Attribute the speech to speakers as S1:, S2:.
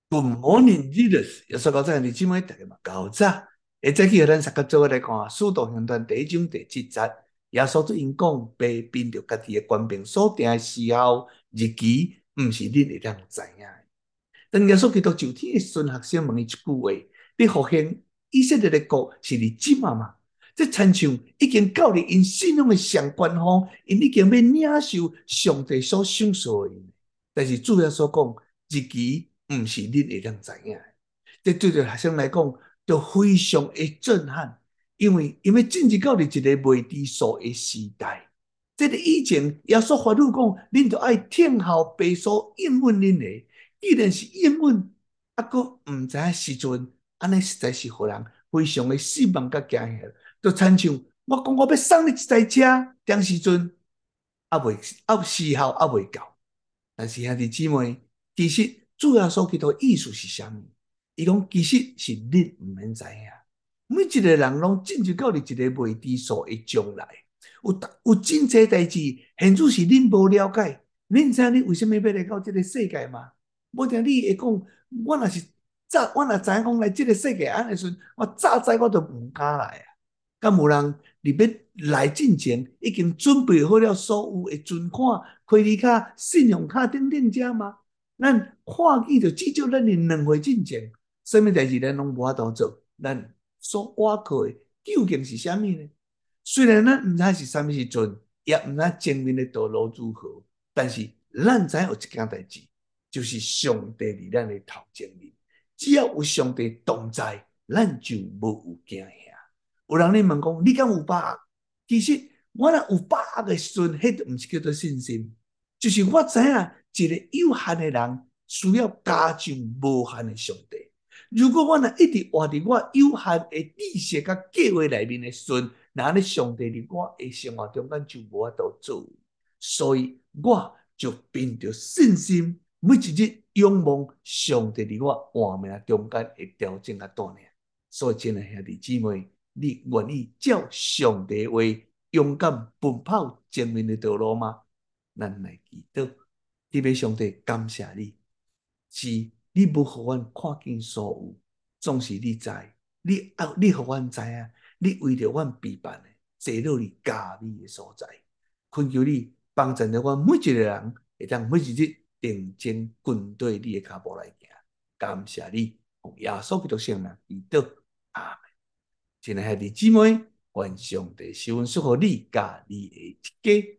S1: Good morning, leaders！耶稣讲这样的姊妹，大家嘛搞早。会再去互咱三个做伙来看《使徒行传》第一章第7节。耶稣对因讲，被凭着家己的权柄所定的时候、日期，毋是恁会当知影的。当耶稣基督就天的孙学生问伊一句话：你复兴以色列的国是你即嘛嘛？这亲像已经到了因信仰的上官方，因已经要领受上帝所赏赐的因。但是主要所讲日期，毋是恁会当知影的。这对着学生来讲，就非常的震撼，因为进入到了一个未知数的时代。这个以前耶稣法律讲，恁就爱听候白所应允恁的。既然是应允，啊，佫毋知影时阵，安尼实在是互人非常的失望甲惊吓。就亲像我讲我要送你一台车，当时阵时候未到。但是兄弟姊妹，其实主要所基督意思是啥物？伊讲其实是恁毋免知影。每一个人拢进入到一个未知数的将来，有真济代志，现在是恁无了解。恁知影你为什么要来到这个世界吗？无定你会讲，我若是早，我若知影讲来这个世界安尼时，我早知我就毋敢来啊。敢有人你要来进前已经准备好了所有的存款、开利卡、信用卡等等者吗？咱看见就至少咱的2岁进前，什么代志咱拢无法度做，咱所倚靠的究竟是啥物呢？虽然咱毋知是啥物时阵，也毋知前面的道路如何，但是咱知有一件代志，就是上帝伫咱的头前面。只要有上帝同在，咱就无有惊吓。有人咧问讲，你敢有把握？其实我若有把握的时阵，迄就毋是叫做信心，就是我知影一个有限的人需要加上无限的上帝。如果我若一直活伫我有限的知识甲计划内面的时阵，那咧上帝伫我的生活中间就无法度做。所以我就凭着信心，每一日仰望上帝伫我换命中间会调整甲锻炼。所以，亲爱兄弟姊妹，你愿意照上帝话勇敢奔跑前面的道路吗？咱来祈祷，特别上帝感谢你，是你无互阮看见所有，总是你知，你互阮知影，你为着阮备办的，坐落你加美的所在，恳求你帮助着阮每一个人，会当每一日定睛跟对你的脚步来行。感谢你，奉耶稣基督圣名祈祷，阿门。亲爱的姊妹，愿上帝赐福你甲你的一家。